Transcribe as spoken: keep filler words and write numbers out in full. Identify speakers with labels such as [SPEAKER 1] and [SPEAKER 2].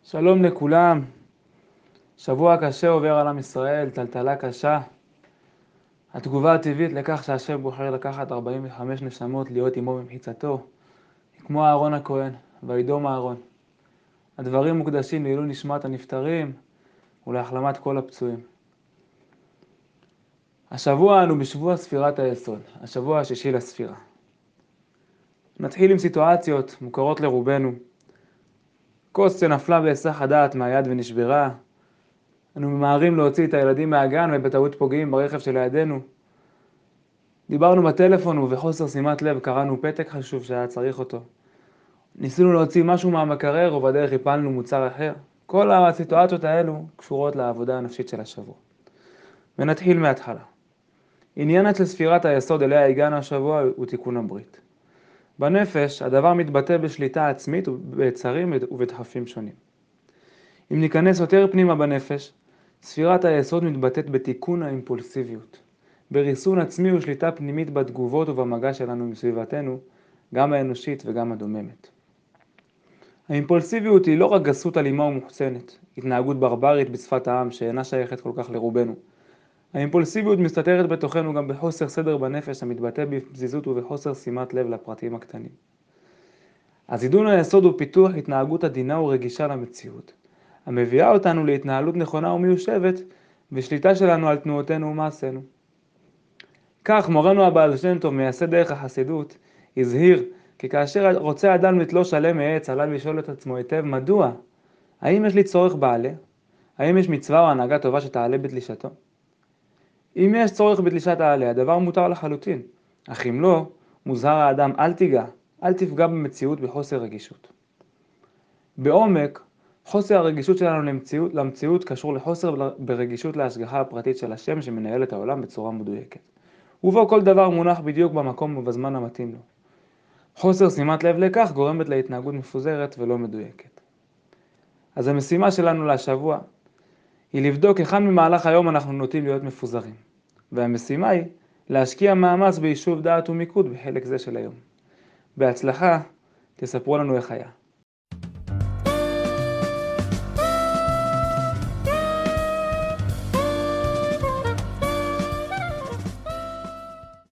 [SPEAKER 1] שלום לכולם, שבוע קשה עובר על עם ישראל, טלטלה קשה. התגובה הטבעית לכך שהשם בוחר לקחת ארבעים וחמש נשמות להיות עמו במחיצתו, היא כמו אהרון הכהן, וידום אהרון. הדברים מוקדשים לעילוי נשמת הנפטרים ולהחלמת כל הפצועים. השבוע אנו בשבוע ספירת היסוד, השבוע השישי לספירה. נתחיל עם סיטואציות מוכרות לרובנו. כוס שנפלה בהיסח הדעת מהיד ונשברה. אנו ממהרים להוציא את הילדים מהגן ובטעות פוגעים ברכב שלידינו. דיברנו בטלפון ובחוסר שימת לב קראנו פתק חשוב שהיה צריך אותו. ניסינו להוציא משהו מהמקרר ובדרך הפלנו מוצר אחר. כל הסיטואציות האלו קשורות לעבודה הנפשית של השבוע. ונתחיל מההתחלה. עניינה של ספירת היסוד אליה הגענו השבוע הוא תיקון הברית. בנפש הדבר מתבטא בשליטה עצמית וביצרים ובדחפים שונים. אם ניכנס יותר פנימה בנפש, ספירת היסוד מתבטאת בתיקון האימפולסיביות, בריסון עצמי ושליטה פנימית בתגובות ובמגע שלנו מסביבתנו, גם האנושית וגם הדוממת. האימפולסיביות היא לא רק גסות אלימה ומוחצנת, התנהגות ברברית בשפת העם שאינה שייכת כל כך לרובנו. האימפולסיביות מסתתרת בתוכנו גם בחוסר סדר בנפש המתבטא בפזיזות ובחוסר שימת לב לפרטים הקטנים. אז עידון היסוד הוא פיתוח התנהגות עדינה ורגישה למציאות, המביאה אותנו להתנהלות נכונה ומיושבת ושליטה שלנו על תנועותינו ומעשינו. כך מורנו הבעל שם טוב מייסד דרך החסידות הזהיר כי כאשר רוצה אדם לתלוש עלה מעץ עליו לשאול את עצמו היטב מדוע? האם יש לי צורך בעלה? האם יש מצווה או הנהגה טובה שתעלה בתלישתו? אם יש צורך בתלישת העלה הדבר מותר לחלוטין, אך אם לא, מוזהר האדם אל תיגע, אל תפגע במציאות בחוסר רגישות. בעומק, חוסר הרגישות שלנו למציאות, למציאות קשור לחוסר ברגישות להשגחה הפרטית של השם שמנהל את העולם בצורה מדויקת. ובו כל דבר מונח בדיוק במקום ובזמן המתאים לו. חוסר שימת לב לכך גורמת להתנהגות מפוזרת ולא מדויקת. אז המשימה שלנו לשבוע היא לבדוק היכן במהלך היום אנחנו נוטים להיות מפוזרים. והמשימה היא להשקיע מאמץ ביישוב דעת ומיקוד בחלק זה של היום. בהצלחה, תספרו לנו איך היה.